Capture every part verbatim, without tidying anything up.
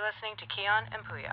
listening to Keon and Puya.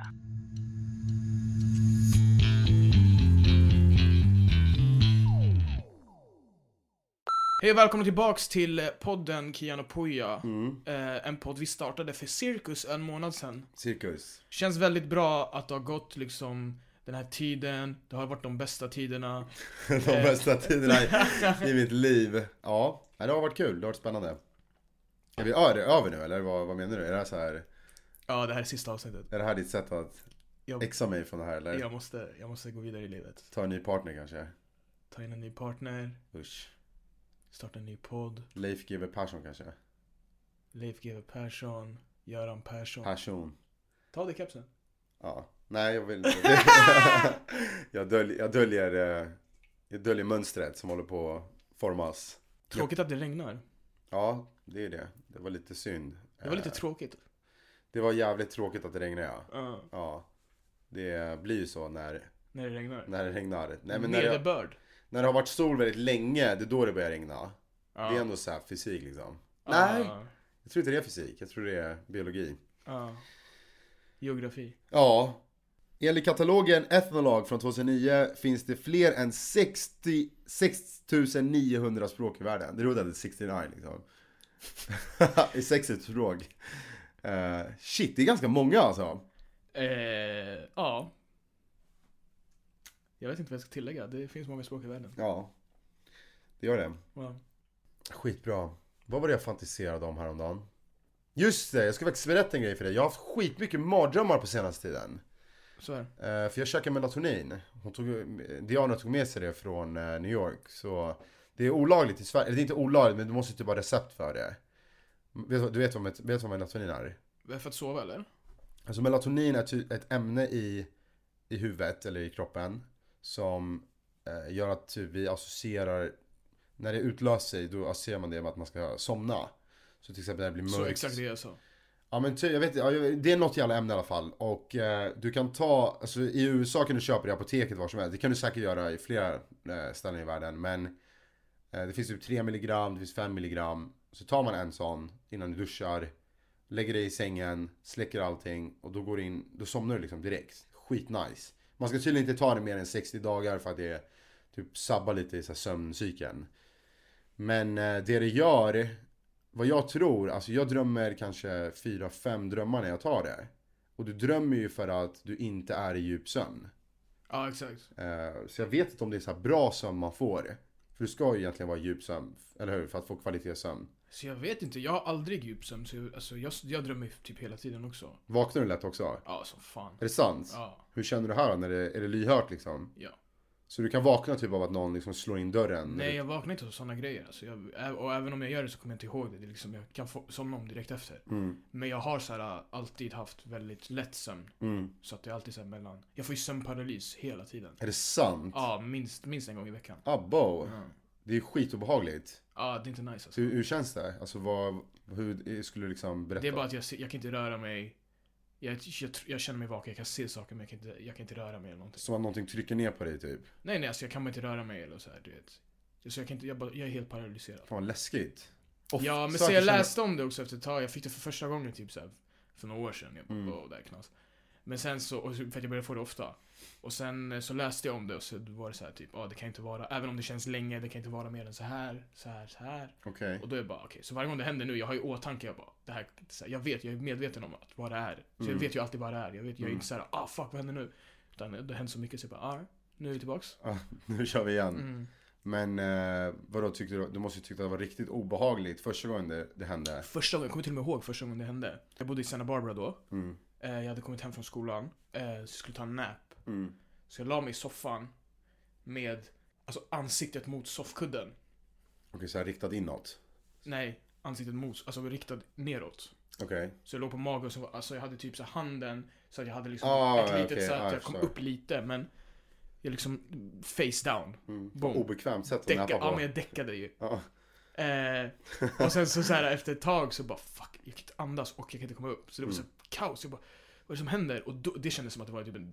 Hej och välkomna tillbaks till podden Keon och Puya. Mm. eh, En podd vi startade för cirkus en månad sedan. Cirkus. Känns väldigt bra att det har gått liksom den här tiden. Det har varit de bästa tiderna. De bästa tiderna i, i mitt liv. Ja, det har varit kul, det har varit spännande. Är vi är det över nu eller vad, vad menar du? Är det här så här? Ja, det här är sista avsnittet. Är det här ditt sätt att jag, exa mig från det här eller? jag, måste, jag måste gå vidare i livet. Ta en ny partner kanske? Ta in en ny partner. Usch. Starta en ny podd. Leif G W Persson kanske? Leif G W Persson. Göran Persson. Person. Ta det kapsen. Ja. Nej, jag vill inte. jag, dölj, jag döljer eh, Jag döljer mönstret som håller på att formas. Tråkigt att det regnar. Ja, det är det. Det var lite synd. Det var lite Eh, tråkigt. Det var jävligt tråkigt att det regnade, ja. uh, Ja. Det blir ju så när, När det regnar. när det regnar. Nej, men när det, Nederbörd. när det har varit sol väldigt länge, det är då det börjar regna. uh. Det är ändå så här fysik liksom. uh. Nej, jag tror inte det är fysik. Jag tror det är biologi. uh. Geografi. Ja. Enligt katalogen Ethnologue från tjugohundranio finns det fler än sextiosex tusen niohundra språk i världen. Det är roligt att det är sextionio liksom. I sextio språk. Uh, shit, det är ganska många alltså. Eh, ja. Jag vet inte vad jag ska tillägga. Det finns många språk i världen. Ja, det gör det. Wow. Skitbra. Vad var det jag fantiserade om häromdagen? Just det, jag ska faktiskt berätta en grej för dig. Jag har haft skitmycket mardrömmar på senaste tiden. Så här. Uh, för jag käkar melatonin. Hon tog, Diana tog med sig det från uh, New York. Så det är olagligt i Sverige. Eller det är inte olagligt, men du måste typ ha recept för det. Vet, du vet vad, vet vad melatonin är? För att sova eller? Alltså melatonin är ty- ett ämne i, i huvudet eller i kroppen. Som uh, gör att typ, vi associerar. När det utlöser sig, då associerar man det med att man ska somna. Så till exempel när det blir mörkt. Så exakt det jag sa. Ja men ty, jag vet ja, det är något jävla ämne i alla fall. Och eh, du kan ta, alltså i U S A kan du köpa det i apoteket var som helst. Det kan du säkert göra i flera eh, ställen i världen. Men eh, det finns typ tre milligram, det finns fem milligram. Så tar man en sån innan du duschar. Lägger det i sängen, släcker allting. Och då går in, då somnar du liksom direkt. Skitnice. Man ska tydligen inte ta det mer än sextio dagar för att det typ sabbar lite i så här sömncykeln. Men eh, det det gör, vad jag tror, alltså jag drömmer kanske fyra, fem drömmar när jag tar det. Och du drömmer ju för att du inte är i djup sömn. Ja, exakt. Eh, så jag vet inte om det är så här bra sömn man får. För du ska ju egentligen vara i djup sömn, eller hur? För att få kvalitetssömn. Så jag vet inte, jag har aldrig djupsömn. Så jag, alltså, jag, jag drömmer typ hela tiden också. Vaknar du lätt också? Ja, som fan. Är det sant? Ja. Hur känner du här då? När det, är det lyhört liksom? Ja. Så du kan vakna typ av att någon liksom slår in dörren? Nej, du... jag vaknar inte av sådana grejer. Alltså, jag, och även om jag gör det så kommer jag inte ihåg det. Det är liksom, jag kan få, somna om direkt efter. Mm. Men jag har så här, alltid haft väldigt lätt sömn. Mm. Så att det är alltid så här mellan. Jag får ju sömnparalys hela tiden. Är det sant? Ja, minst, minst en gång i veckan. Abbo. Ja. Det är skitobehagligt. Ja, det är inte nice alltså. Hur, hur känns det? Alltså vad, hur skulle du liksom berätta? Det är bara att jag, jag kan inte röra mig. Jag, jag, jag känner mig vaken, jag kan se saker men jag kan inte, jag kan inte röra mig eller någonting. Som att någonting trycker ner på dig typ? Nej nej, alltså jag kan bara inte röra mig eller så här, du vet. Så jag kan inte, jag, bara, jag är helt paralyserad. Fan vad läskigt. Och Ja, men så så jag känner... läste om det också efter ett tag. Jag fick det för första gången typ så här, för några år sedan. Jag bara, Mm. oh, det är knas. Men sen så, och så- för att jag började få det ofta. Och sen eh, så läste jag om det och så var det så här typ, ja det kan inte vara, även om det känns länge, det kan inte vara mer än så här, så här, så här. Okej. Och då är jag bara, okej, så varje gång det händer nu, jag har ju åtanke, jag bara, det här, så här, jag vet, jag är medveten om att vad det är. Så Mm. jag vet ju alltid vad det är. Jag vet, jag är Mm. inte såhär, ah fuck, vad händer nu? Utan det händer så mycket så jag bara, ah, nu är vi tillbaks. Ah, nu kör vi igen. Mm. Men eh, vadå tyckte du? Du måste ju tycka att det var riktigt obehagligt första gången det, det hände. Första gången, jag kommer till och med ihåg första gången det hände. Jag bodde i Santa Barbara då. Mm. Eh, Jag hade kommit hem från skolan, eh, så jag skulle ta en nap. Mm. Så jag la mig i soffan med, alltså ansiktet mot soffkudden. Okej, så här riktad inåt. Nej, ansiktet mot, alltså riktad neråt. Okej. Så jag låg på mage och så, alltså jag hade typ så här handen, så att jag hade liksom Ah, ett ja, litet okej, så att ja, jag jag kom förstår. upp lite, men jag liksom face down. Mm. Boom. Obekvämt sätt att Däcka, nappa på. ja men jag däckade ju. Ja. Eh, och sen så, så här efter ett tag så bara fuck, jag kan inte andas och jag kan inte komma upp. Så det var så Mm. kaos, jag bara, vad är det som händer? Och då, det kändes som att det var typ en,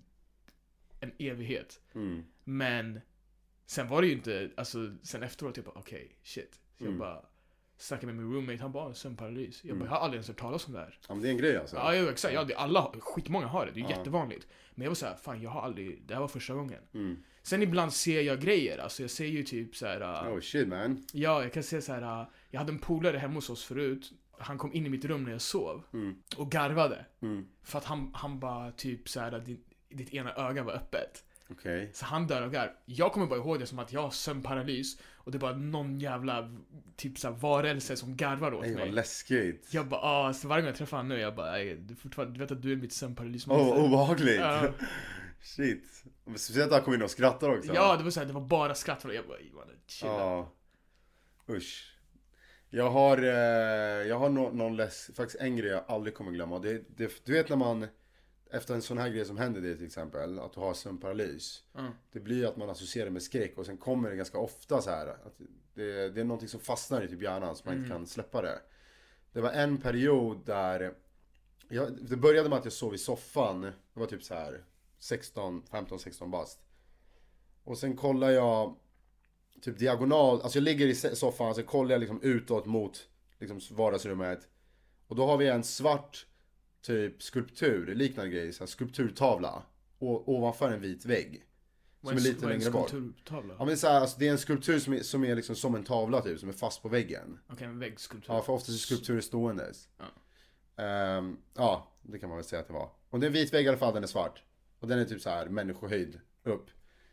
en evighet. Mm. Men sen var det ju inte, alltså sen efteråt jag bara okej, okay, shit. Så jag Mm. bara, snackade med min roommate, han bara sömnparalys. Jag bara, Mm. jag har aldrig ens hört talas om det här. Ja men det är en grej alltså. Ja, ja exakt, ja, det, alla, skitmånga har det, det är Ja. jättevanligt. Men jag var såhär, fan jag har aldrig, det här var första gången. Mm. Sen ibland ser jag grejer, alltså jag ser ju typ så här. Uh, Oh shit man. ja, jag kan se så här. Uh, jag hade en polare hemma hos oss förut. Han kom in i mitt rum när jag sov Mm. och garvade. Mm. För att han, han bara typ så här, ditt, ditt ena öga var öppet. Okej. Okay. Så han dör och garv. Jag kommer bara ihåg det som att jag har sömnparalys. Och det är bara någon jävla typ så här varelse som garvar åt Nej mig. vad läskigt. Jag bara, ah, så varje gång jag träffar honom nu, jag bara, "Ej, du, fortfarande, du vet att du är mitt sömnparalys. Åh, oh, obehagligt. Ja. Shit. Speciellt att han kom in och skrattar också. Ja, det var så här, det var bara skratt för det. Jag bara, Ivan, chilla. Ja. Usch. Jag har, eh, jag har no- någon läs, faktiskt en grej jag aldrig kommer glömma. Det, det, du vet när man, efter en sån här grej som händer dig till exempel, att du har sömnparalys. Mm. Det blir att man associerar med skräck och sen kommer det ganska ofta så här. Att det, det är någonting som fastnar i typ hjärnan så man Mm. inte kan släppa det. Det var en period där, jag, det började med att jag sov i soffan. Det var typ så här sexton, femton, sexton bast. Och sen kollar jag typ diagonal, alltså jag ligger i soffan och så kollar jag liksom utåt mot liksom vardagsrummet. Och då har vi en svart typ skulptur, liknande grej, så här skulpturtavla. Och ovanför en vit vägg. Som är lite längre bort. Skulpturtavla? Ja men det är, så här, alltså, det är en skulptur som är, som är liksom som en tavla typ, som är fast på väggen. Okej, okay, en väggskulptur. Ja, för oftast är skulpturer ståendes. Ja. Um, ja, det kan man väl säga att det var. Och det är en vit vägg i alla fall, den är svart. Och den är typ så här människohöjd upp.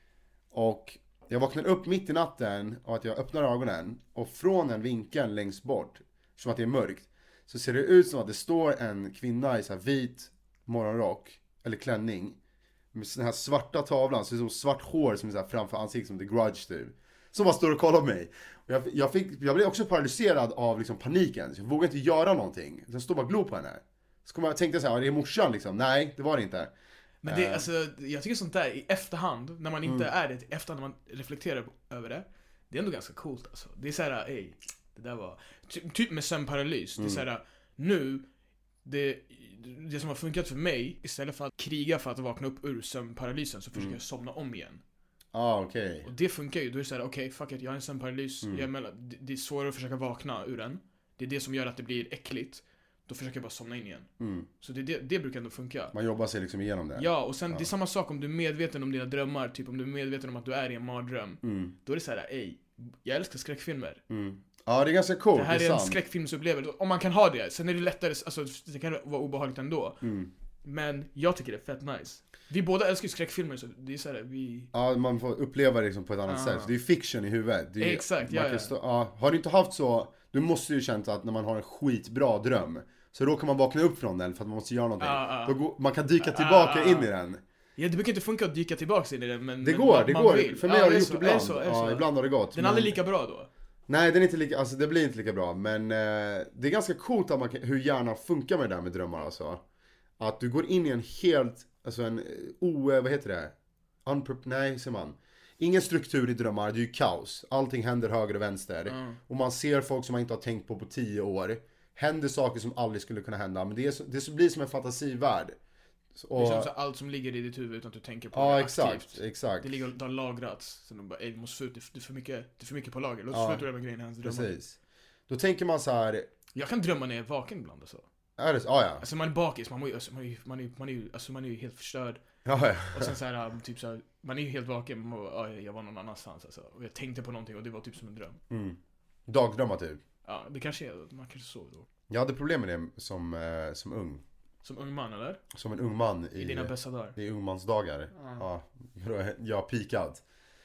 Och jag vaknar upp mitt i natten av att jag öppnar ögonen. Och från en vinkeln längst bort, som att det är mörkt, så ser det ut som att det står en kvinna i så här vit morgonrock, eller klänning, med den här svarta tavlan, så det är som svart hår som är så här framför ansiktet som The Grudge typ. Som bara står och kollar på mig. Och jag, jag, fick, jag blev också paralyserad av liksom paniken, så jag vågade inte göra någonting. Jag stod bara och glor på henne. Så kom jag, tänkte så här, är det morsan liksom? Nej, det var det inte. Men det, Uh. alltså, jag tycker sånt där i efterhand, när man inte Mm. är det, i efterhand när man reflekterar över det, det är ändå ganska coolt alltså. Det är såhär, ey, det där var, ty, typ med sömnparalys, Mm. det är såhär, nu, det, det som har funkat för mig, istället för att kriga för att vakna upp ur sömnparalysen, så försöker Mm. jag somna om igen. Ah, okej. Okay. Och det funkar ju, då är det såhär, okej, okay, fuck it, jag har en sömnparalys, Mm. jag är mellan, det, det är svårare att försöka vakna ur den. Det är det som gör att det blir äckligt. Då försöker jag bara somna in igen. Mm. Så det, det, det brukar ändå funka. Man jobbar sig liksom igenom det. Ja, och sen Ja. det är samma sak om du är medveten om dina drömmar. Typ om du är medveten om att du är i en mardröm. Mm. Då är det så här, ej, jag älskar skräckfilmer. Mm. Ja, det är ganska coolt. Det här det är, är en sant. skräckfilmsupplevelse. Om man kan ha det. Sen är det lättare, alltså det kan vara obehagligt ändå. Mm. Men jag tycker det är fett nice. Vi båda älskar ju skräckfilmer, så det är så här, vi... Ja, man får uppleva det liksom på ett annat Ah. sätt. Det är fiction i huvudet. Det är, Exakt, man ja, kan ja. stå, ja. Har du inte haft så, du måste ju känt att när man har en skitbra dröm, så då kan man vakna upp från den för att man måste göra någonting. Ah, ah. Då går, man kan dyka tillbaka Ah. in i den. Ja, det brukar inte funka att dyka tillbaka in i den, men... Det men går, man, det man går. vill. För mig Ja, har det är gjort så, ibland. är så, är ja, så. ibland har det gått. Den är men... aldrig lika bra då. Nej, den är inte lika, alltså det blir inte lika bra. Men eh, det är ganska coolt att man kan, hur hjärnan funkar med det där med drömmar alltså. Att du går in i en helt, alltså en o, vad heter det? Unprep- nej, ser man. Ingen struktur i drömmar, det är ju kaos. Allting händer höger och vänster. Mm. Och man ser folk som man inte har tänkt på på tio år. Händer saker som aldrig skulle kunna hända. Men det, är så, det blir som en fantasivärld. Och, Det känns som allt som ligger i ditt huvud utan att du tänker på ja, det exakt, aktivt. exakt. Det ligger och det har lagrats. Så de bara, ey, du måste få ut, det är för mycket, det är för mycket på lager. Låt oss Ja, få ut de här grejerna i hans drömmar. Precis. Då tänker man så här. Jag kan drömma när jag är vaken ibland och så. Är det så? Ah, ja. Alltså man är bakis, man, mår ju- alltså, man, är, ju- man, är, ju- man, är, ju- alltså, man är ju helt förstörd. Ja, ja. Och sen så här, um, typ så här, man är ju helt vaken, man bara, "Ah, jag var någon annanstans alltså. Och jag tänkte på någonting och det var typ som en dröm. Mm. Dagdrömmar typ. Ja, det kanske är, man kanske sover då. Jag hade problem med det som, eh, som ung. Som ung man eller? Som en ung man i, I dina bästa dagar. i ungmansdagar. Ja. Ja, då- jag har pikat.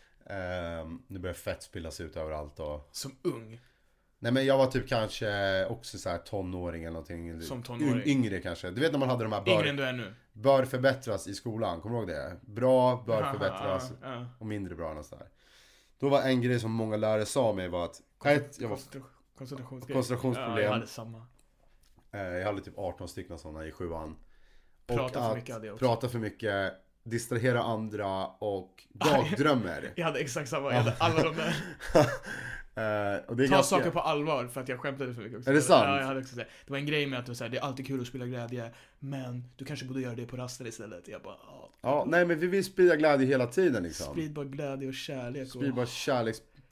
Um, det började fett spillas ut överallt och... Som ung. Nej men jag var typ kanske också så här tonåring eller någonting. Som tonåring. Yng- yngre kanske. Du vet när man hade de här Yngre bör, än du är nu. bör förbättras i skolan. Kommer du ihåg det? Bra, bör Haha, förbättras. ja, ja. Och mindre bra någonstans där. Då var en grej som många lärare sa mig var att... Ett, jag var Koncentration- Koncentrationsgrej. koncentrationsproblem. Ja, jag hade samma. Eh, Jag hade typ arton stycken sådana i sjuan. Prata och för att mycket hade jag också. prata för mycket, distrahera andra och dagdrömmer. Jag hade exakt samma, jag hade alla de där. Eh, och det är Ta ganska... saker på allvar för att jag skämtade för mycket också. Är det sant? Ja, jag hade också det. Det var en grej med att det var så här, det är alltid kul att spela glädje, men du kanske borde göra det på rasten istället. Jag bara, ja. Ja, nej men vi vill sprida glädje hela tiden liksom. Sprid bara glädje och kärlek. Sprid Och... bara kärlek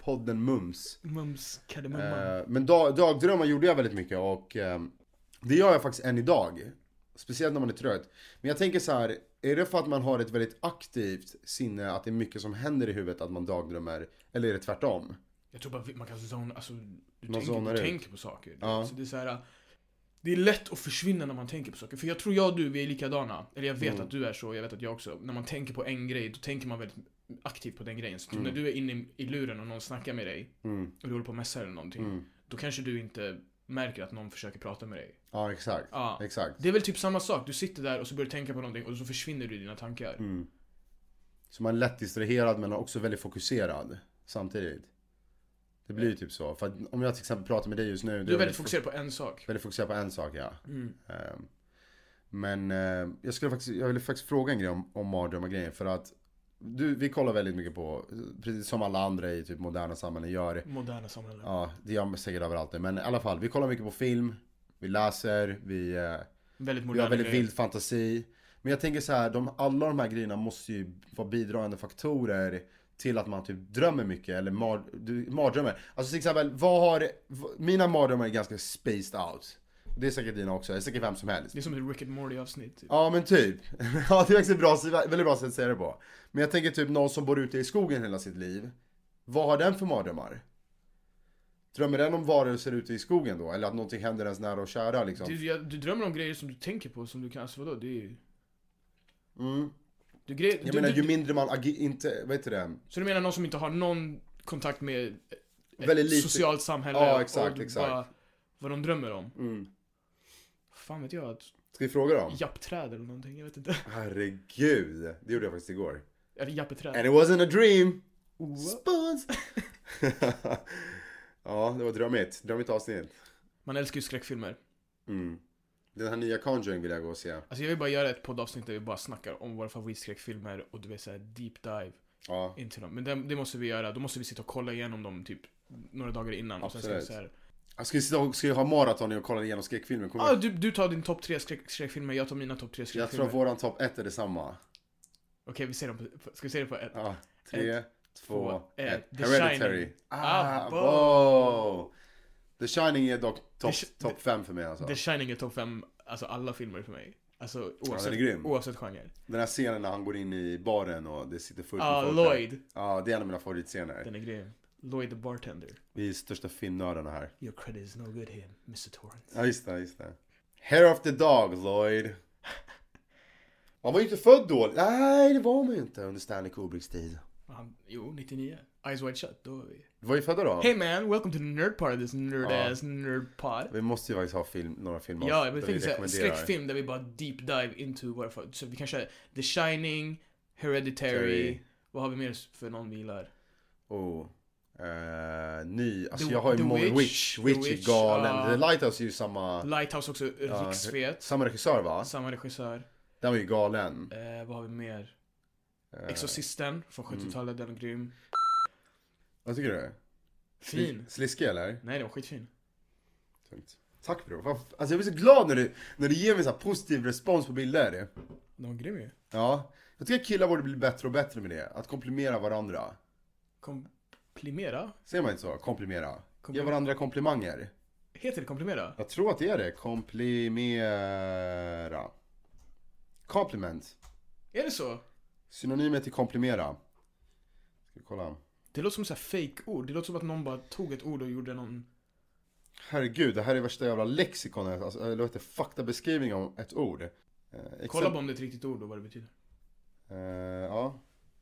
podden Mums. Mums kardemumma. Eh, men dag, dagdrömmar gjorde jag väldigt mycket och eh, det gör jag faktiskt än idag. Speciellt när man är trött. Men jag tänker så här, är det för att man har ett väldigt aktivt sinne, att det är mycket som händer i huvudet att man dagdrömmer? Eller är det tvärtom? Jag tror bara man kan zona, alltså du, Man tänker, zonar du ut. tänker på saker. Ja. Alltså, det är så här, det är lätt att försvinna när man tänker på saker. För jag tror jag och du, vi är likadana. Eller jag vet Mm. att du är så, jag vet att jag också. När man tänker på en grej, då tänker man väldigt aktivt på den grejen. Så Mm. när du är inne i, i luren och någon snackar med dig, Mm. och du håller på att messa eller någonting, Mm. då kanske du inte märker att någon försöker prata med dig. Ja, exakt. Ja. Exakt. Det är väl typ samma sak, du sitter där och så börjar du tänka på någonting och så försvinner du i dina tankar. Mm. Så man är lätt distraherad men också väldigt fokuserad samtidigt. Det blir ju typ så. För att om jag till exempel pratar med dig just nu. Du är väldigt fokuserad på en sak. Väldigt fokuserad på en sak, ja. Mm. Um, men uh, jag skulle faktiskt, jag ville faktiskt fråga en grej om, om mardrömmar grejer. För att du, vi kollar väldigt mycket på, precis som alla andra i typ moderna samhällen gör. Moderna samhällen. Ja, det gör man säkert överallt. Men i alla fall, vi kollar mycket på film. Vi läser, vi, uh, väldigt vi moderna har väldigt grejer. vild fantasi. Men jag tänker så här, de, alla de här grejerna måste ju vara bidragande faktorer till att man typ drömmer mycket, eller mar, du, mardrömmar. Alltså till exempel, vad har, vad, mina mardrömmar är ganska spaced out. Det är säkert dina också, det är säkert vem som helst. Det är som ett Rick and Morty avsnitt. Typ. Ja men typ. Ja, det är faktiskt bra, väldigt bra sätt att säga det på. Men jag tänker typ någon som bor ute i skogen hela sitt liv. Vad har den för mardrömmar? Drömmer den om varelser ute i skogen då? Eller att någonting händer ens nära och kära liksom? Du, jag, du drömmer om grejer som du tänker på, som du kan, alltså vadå? Det är ju... Mm. Du, grej, Jag du, menar du, ju mindre man ag- inte, vad heter det? Så du menar någon som inte har någon kontakt med ett Väldigt lite- socialt samhälle? Ja, exakt, och du exakt. Bara, vad de drömmer om? Mm. Fan vet jag, att Ska vi fråga dem? jappträd eller någonting, jag vet inte. Herregud, det gjorde jag faktiskt igår. Eller jappeträd. And it wasn't a dream. Oh. Spons. Ja, det var drömmigt. Drömmigt avsnitt. Man älskar ju skräckfilmer. Mm. Den här nya Conjuring vill jag gå och se. Alltså jag vill bara göra ett poddavsnitt där vi bara snackar om våra favoritskräckfilmer och du vet såhär deep dive Ja, into dem. Men det, det måste vi göra, då måste vi sitta och kolla igenom dem typ några dagar innan. Och sen ska vi Absolut. så här, jag ska, sitta, ska jag ha maraton och kolla igenom skräckfilmen? Kommer ah, du, du tar din topp tre skräck, skräckfilmer, jag tar mina topp tre jag skräckfilmer. tror att våran topp ett är detsamma. Okej, vi ser dem på, ska vi se det på ett? Ja, tre, två, ett. The Hereditary. Shining. Ah, Ah, wow. The Shining är dock topp The- top fem för mig alltså. The Shining är topp fem, alltså alla filmer för mig. Alltså den oavsett, är grym. oavsett genre. Den här scenen när han går in i baren och det sitter fullt med Ah, folk där. Lloyd. Ja, det är en av mina favoritscener. Den är grym. Lloyd the bartender. Vi är största filmnördarna här. Your credit is no good here, mister Torrance. Ja, just det, just det. Hair of the dog, Lloyd. Han var ju inte född då. Nej, det var man ju inte under Stanley Kubricks tid. Han, jo, nittionio. Eyes wide shut, då var vi... Var ju födda då? Hey man, welcome to the nerd part of this nerd Ja. ass nerd pod. Vi måste ju faktiskt ha film, några filmer Ja, där jag vi tänkte såhär, rekommenderar. skräckfilm där vi bara deep dive into våra för, så vi kan köra The Shining, Hereditary, Terry. vad har vi mer för någon vi gillar? Oh. Uh, ny, alltså The- jag har ju The många Witch. Witch, The Witch Witch, är galen. ja. The Lighthouse är ju samma, Lighthouse också, Ja, riksfet. samma regissör va? Samma regissör. Den var ju galen. Eh, vad har vi mer? Uh, Exorcisten från sjuttiotalet, den är grym. Vad tycker du? Fin. Sliskig eller? Nej, den var skitfin. Tungt. Tack bro. Vad f- Alltså jag blir så glad när du, när du ger mig så här positiv respons på bilder. Den var grym ju. Ja. Jag tycker att killar borde bli bättre och bättre med det. Att komplimera varandra. Komplimera? Säger man inte så? Komplimera. Komplim- Ge varandra komplimanger. Heter det komplimera? Jag tror att det är det. Komplimera. Compliment. Är det så? Synonymer till komplimera. Ska vi kolla. Det låter som så här fake-ord. Det låter som att någon bara tog ett ord och gjorde någon... Herregud, det här är värsta jävla lexikonet. Alltså, eller vad heter det? Faktabeskrivning om ett ord. Eh, Kolla exempel- på om det är ett riktigt ord och vad det betyder. Eh, ja.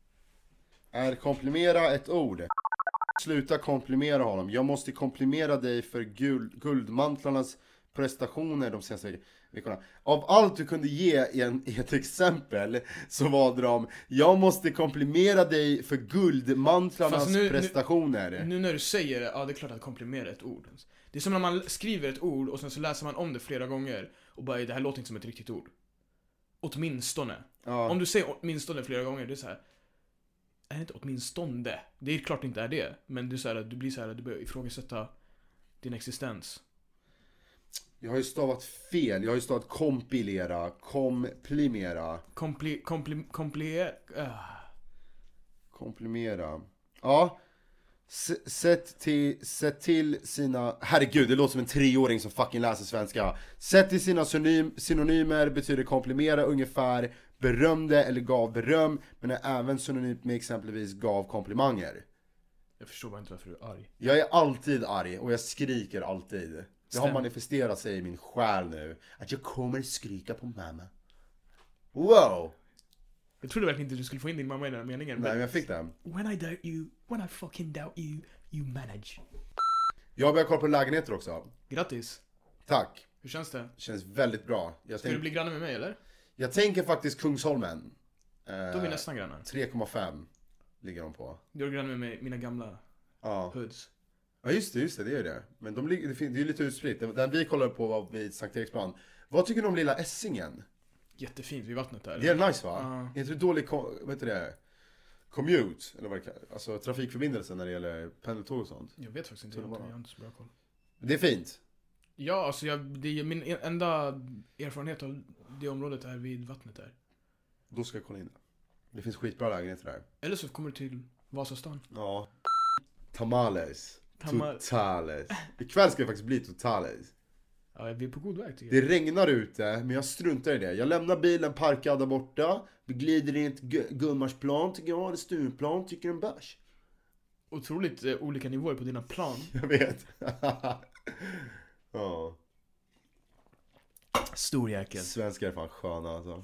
Är komplimera ett ord? Sluta komplimera honom. Jag måste komplimera dig för guld, guldmantlarnas prestationer de senaste veckorna. Av allt du kunde ge i, en, i ett exempel så var de: jag måste komplimera dig för guldmantlarnas Fast nu- nu- prestationer. Nu när du säger det, ja det är klart att komplimera är ett ord. Det är som när man skriver ett ord och sen så läser man om det flera gånger och bara, det här låter inte som ett riktigt ord. Åtminstone. Ja. Om du säger åtminstone flera gånger, det är så här. Är det inte åtminstone? Det är klart det inte är det. Men du, så här, du blir så här, du börjar ifrågasätta din existens. Jag har ju stavat fel. Jag har ju stavat kompilera, komplimera, Kompli... Kompli... Kompli... Uh. komplimera. Ja. S- sätt, till, sätt till sina... Herregud, det låter som en treåring som fucking läser svenska. Sätt till sina synonym, synonymer betyder komplimera ungefär, berömde eller gav beröm, men är även synonymt med exempelvis gav komplimanger. Jag förstår bara inte varför du är arg. Jag är alltid arg och jag skriker alltid. Det Stäm. har manifesterat sig i min själ nu. Att jag kommer skrika på mamma. Wow! Jag trodde verkligen inte du skulle få in din mamma i den här meningen. Nej, men jag fick den. When I doubt you, when I fucking doubt you, you manage. Jag börjar kolla på lägenheter också. Grattis. Tack. Hur känns det? Känns väldigt bra. Jag, Ska tänk... du bli granne med mig eller? jag tänker faktiskt Kungsholmen. Då är vi nästan grannar. tre komma fem ligger de på. Du är granne med mig, mina gamla Ja. hoods. Ja just det, just det, det är det. Men de ligger, det fin- det är ju lite utspritt. Den vi kollade på var vid Sankt Eriksplan. Vad tycker du om lilla Essingen? Jättefint vid vattnet där. Det är nice va? Ja. Är inte det dålig, ko- vad heter det? Commute, eller vad det kallas. Alltså trafikförbindelse när det gäller pendeltåg och sånt. Jag vet faktiskt inte, jag har inte, jag har inte så bra koll. Det är fint. Ja, alltså jag, det är min enda erfarenhet av det området är vid vattnet där. Då ska jag kolla in det. Det finns skitbra lägenheter där. Eller så kommer du till Vasastan. Ja. Tamales. Tamal- Totales. Ikväll ska det faktiskt bli totales. Ja, vi är på god väg tycker jag. Det regnar ute, men jag struntar i det. Jag lämnar bilen parkad där borta. Vi glider in till Gu- Gummarsplan tycker jag. Eller Stureplan tycker en bärs. Otroligt eh, olika nivåer på dina plan. Jag vet. Ja. Stor jäkel. Svenskar är fan sköna alltså.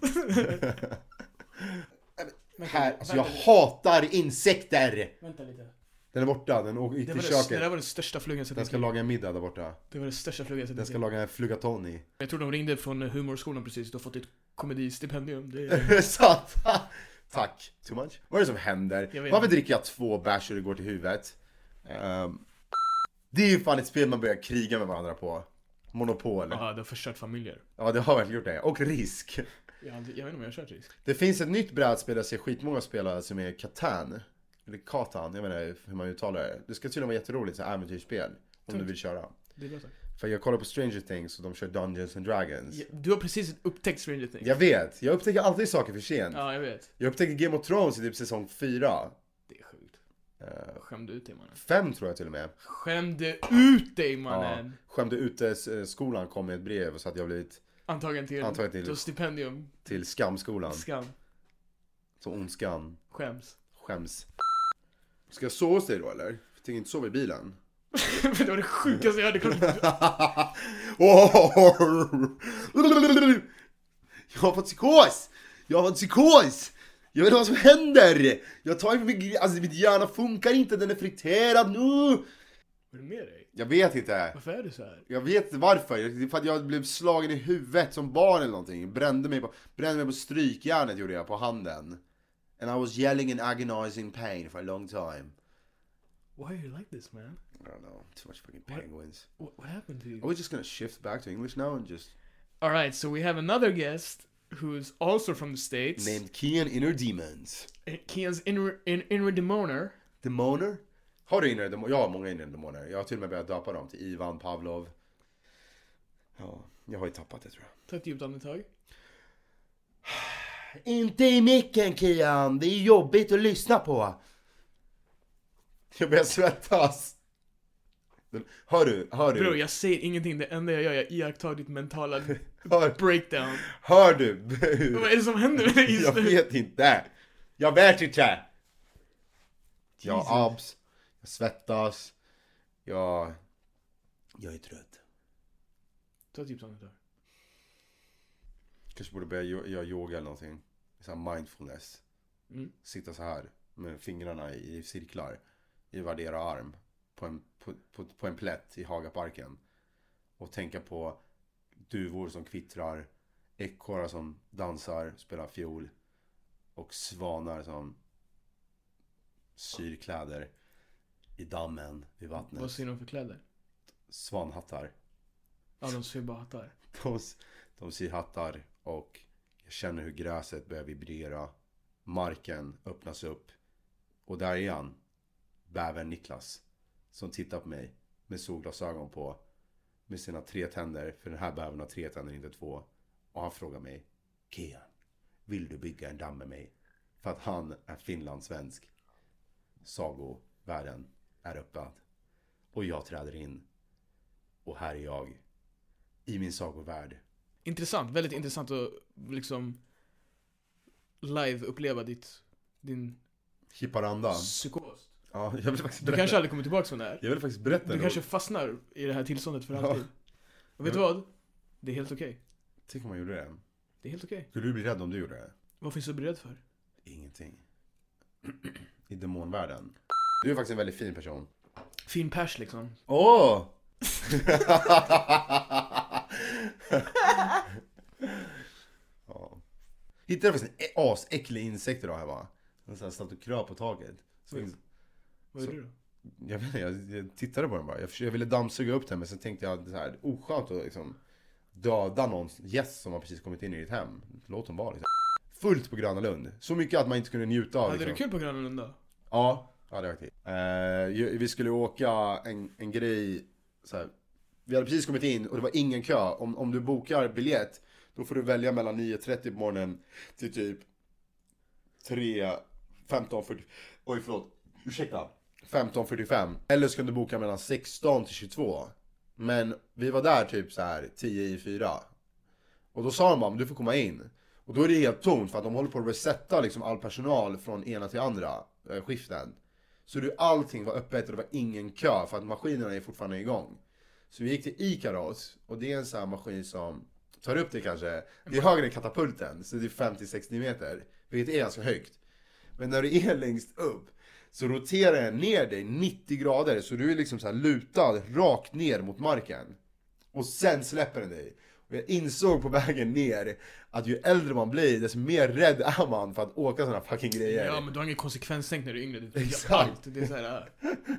Vänta, Här, alltså vänta jag lite. hatar insekter. Vänta lite. Den är borta, den åker- gick Det till var, det, det köket. där var den största flugan jag sett i Den mitt ska liv. laga en middag där borta. Det var den största flugan jag sett i Den mitt ska liv. laga en flugatoni. Jag tror de ringde från humorskolan precis. Du har fått ett komedistipendium. Det Är det sant? Tack. Too much? Vad är det som händer? Jag vet Varför inte. dricker jag två bärs och det går till huvudet? Ehm, det är ju fan ett spel man börjar kriga med varandra på. Monopol. Ja, det har förstört familjer. Ja, det har verkligen gjort det. Och risk. Jag, har aldrig, jag vet inte om jag har kört risk. Det finns ett nytt brädspel jag ser skitmånga spelare som är Catan. Eller Catan, jag vet inte hur man uttalar det. Det ska tydligen vara jätteroligt, så här äventyrsspel. Om Tack. du vill köra. Det är bra tack. För jag kollar på Stranger Things och de kör Dungeons and Dragons. Ja, du har precis upptäckt Stranger Things. Jag vet, jag upptäcker alltid saker för sent. Ja, jag vet. Jag upptäcker Game of Thrones i typ säsong fyra. Det är sjukt. Uh, Skämde ut dig mannen. fem tror jag till och med. Skämde ut dig Ja, mannen. skämde ute eh, skolan kom med ett brev så att jag blivit Antagen till, Antagen till- till stipendium. till skamskolan. Skam. Så ondskan Skäms. skäms. Ska jag sova hos dig då eller? Jag tänker inte sova i bilen. Det var det sjukaste jag hade kunnat... Jag har fått psykos! Jag har fått psykos! Jag vet inte vad som händer! Jag tar för mycket, alltså mitt hjärna funkar inte, den är friterad nu! Vad är det med dig? Jag vet inte. Varför är du så här? Jag vet inte varför. Det är för att jag blev slagen i huvudet som barn eller någonting. Brände mig på, brände mig på strykjärnet gjorde jag på handen. And I was yelling in agonizing pain for a long time. Why are you like this man? I don't know. Too much fucking What? penguins. What, what happened to you? Are we just gonna shift back to English now and just... Alright, so we have another guest who's also from the States. Named Kian Inner Demons. Kian's inner, in, inner demoner. Demoner? Har du inre demoner? Jag har många inre demoner. Jag har till och med börjat döpa dem till Ivan, Pavlov. Ja, jag har ju tappat det tror jag. Ta ett djupt andetag. Inte i micken Kian, det är jobbigt att lyssna på. Jag börjar svettas. Hör du, hör du? Bro, jag säger ingenting. Det enda jag gör är att iaktta ditt mentala Hör, breakdown. hör du? Vad är det som händer med dig just Jag nu? vet inte. Jag vet inte. Jag Jesus. har abs. Jag svettas. Jag... Jag är trött. Ta ett djupt andetag. Kanske borde börja yo- göra yoga eller någonting. Så här mindfulness. Mm. Sitta så här med fingrarna i, i cirklar i vardera arm på en, på, på, på en plätt i Hagaparken och tänka på duvor som kvittrar, ekorrar som dansar, spelar fiol och svanar som syr kläder i dammen vid vattnet. Vad ser de för kläder? Svanhattar. Ja, de ser bara hattar. De, de syr hattar och jag känner hur gräset börjar vibrera. Marken öppnas upp. Och där är han. Bävern Niklas. Som tittar på mig med solglasögon på. Med sina tre tänder. För den här bävern har tre tänder, inte två. Och han frågar mig. Kian, vill du bygga en damm med mig? För att han är finlandssvensk. Sagovärlden är öppnad. Och jag träder in. Och här är jag. I min sagovärld. Intressant, väldigt intressant att liksom live uppleva ditt, din Hipparanda. psykos. Ja, jag vill faktiskt Du berätta. kanske aldrig kommer tillbaka från det här. Jag vill faktiskt berätta. Du då. kanske fastnar i det här tillståndet för Ja. alltid. Och vet du vad? Det är helt okej. Tänk om man gjorde det. Det är helt okej. Skulle du bli rädd om du gjorde det? Vad finns du beredd för? Ingenting. I demonvärlden. Du är faktiskt en väldigt fin person. Fin pers liksom. Åh! Oh! Ja. Hittade faktiskt en asäcklig insekt idag här va. Den så här satt och kröp på taket. Så, Vad är så- det då? jag, vet inte, jag, jag tittade på den bara. Jag, försökte- jag ville dammsuga upp den men sen tänkte jag att det är så här oskönt att liksom döda någon gäst som har precis kommit in i ditt hem. Låt dem vara liksom. Fullt på Gröna Lund. Så mycket att man inte kunde njuta av. Hade Liksom. du kul på Gröna Lund då? Ja, ja det var kul. Eh, ju- vi skulle åka en, en grej så här. Vi hade precis kommit in och det var ingen kö. Om, om du bokar biljett då får du välja mellan nio trettio på morgonen till typ tre femton fyrtio. Oj förlåt, ursäkta. femton fyrtiofem. Eller så kan du boka mellan sexton till tjugotvå. Men vi var där typ så här tio i fyra. Och då sa de bara, du får komma in. Och då är det helt tomt för att de håller på att resetta liksom all personal från ena till andra eh, skiften. Så det, allting var öppet och det var ingen kö för att maskinerna är fortfarande igång. Så vi gick till Ikaros och det är en sån här maskin som tar upp det kanske. Det är högre än katapulten så det är femtio till sextio meter. Vilket är ganska högt. Men när du är längst upp så roterar den ner dig nittio grader så du är liksom så här lutad rakt ner mot marken. Och sen släpper den dig. Och jag insåg på vägen ner att ju äldre man blir desto mer rädd är man för att åka sådana fucking grejer. Ja men du har ingen konsekvenstänk när du är yngre. Du Exakt. gör allt. Det är såhär...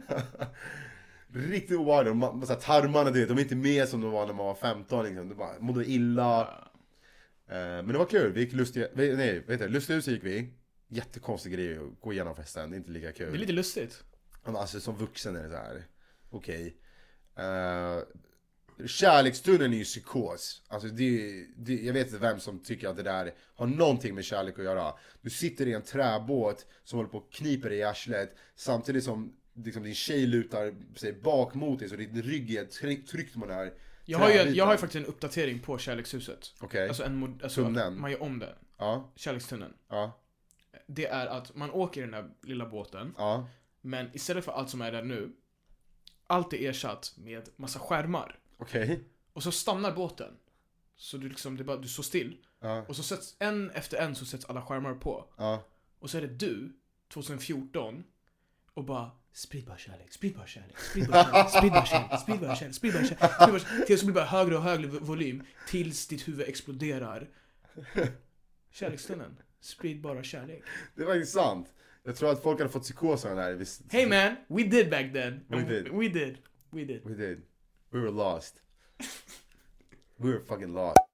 Riktigt obehagligt. Man- så här, tarmarna du vet, de är inte med som de var när man var femton liksom. Du bara mådde illa. Eh, men det var kul. Vi gick lustiga, vi- nej, vet du, lustiga hus gick vi. Jättekonstig grej att gå igenom festen. Det är inte lika kul. Det är lite lustigt. Men alltså som vuxen är det så här. Okej. Eh, kärlekstunneln är ju psykos. Alltså det, det, jag vet inte vem som tycker att det där har någonting med kärlek att göra. Du sitter i en träbåt som håller på att knipa dig i arslet. Samtidigt som liksom, din tjej lutar sig bak mot dig så din rygg är tryck, tryckt på den här Jag har, ju, träbiten. jag har ju faktiskt en uppdatering på Kärlekshuset. Okej. Alltså en mod, alltså Tunneln. man gör om det. Ja, Kärlekstunneln. ja, Det är att man åker i den där lilla båten. ja. Men istället för allt som är där nu. Allt är ersatt med massa skärmar. Okej. Och så stannar båten. Så du liksom, det är bara, du står still. Ja, Och så sätts, en efter en så sätts alla skärmar på. ja. Och så är det du, tjugohundrafjorton. Och bara, sprid bara kärlek, sprid bara kärlek, sprid bara kärlek, sprid bara kärlek, sprid bara kärlek, sprid bara kärlek, sprid bara kärlek. Tills det blir bara högre och högre volym. Tills ditt huvud exploderar. Kärlekstunneln. Sprid bara kärlek. Det var ju sant. Jag tror att folk hade fått psykoser där. Visst. Hey man, we did back then. We did. We did. We did. We did. We were lost. We were fucking lost.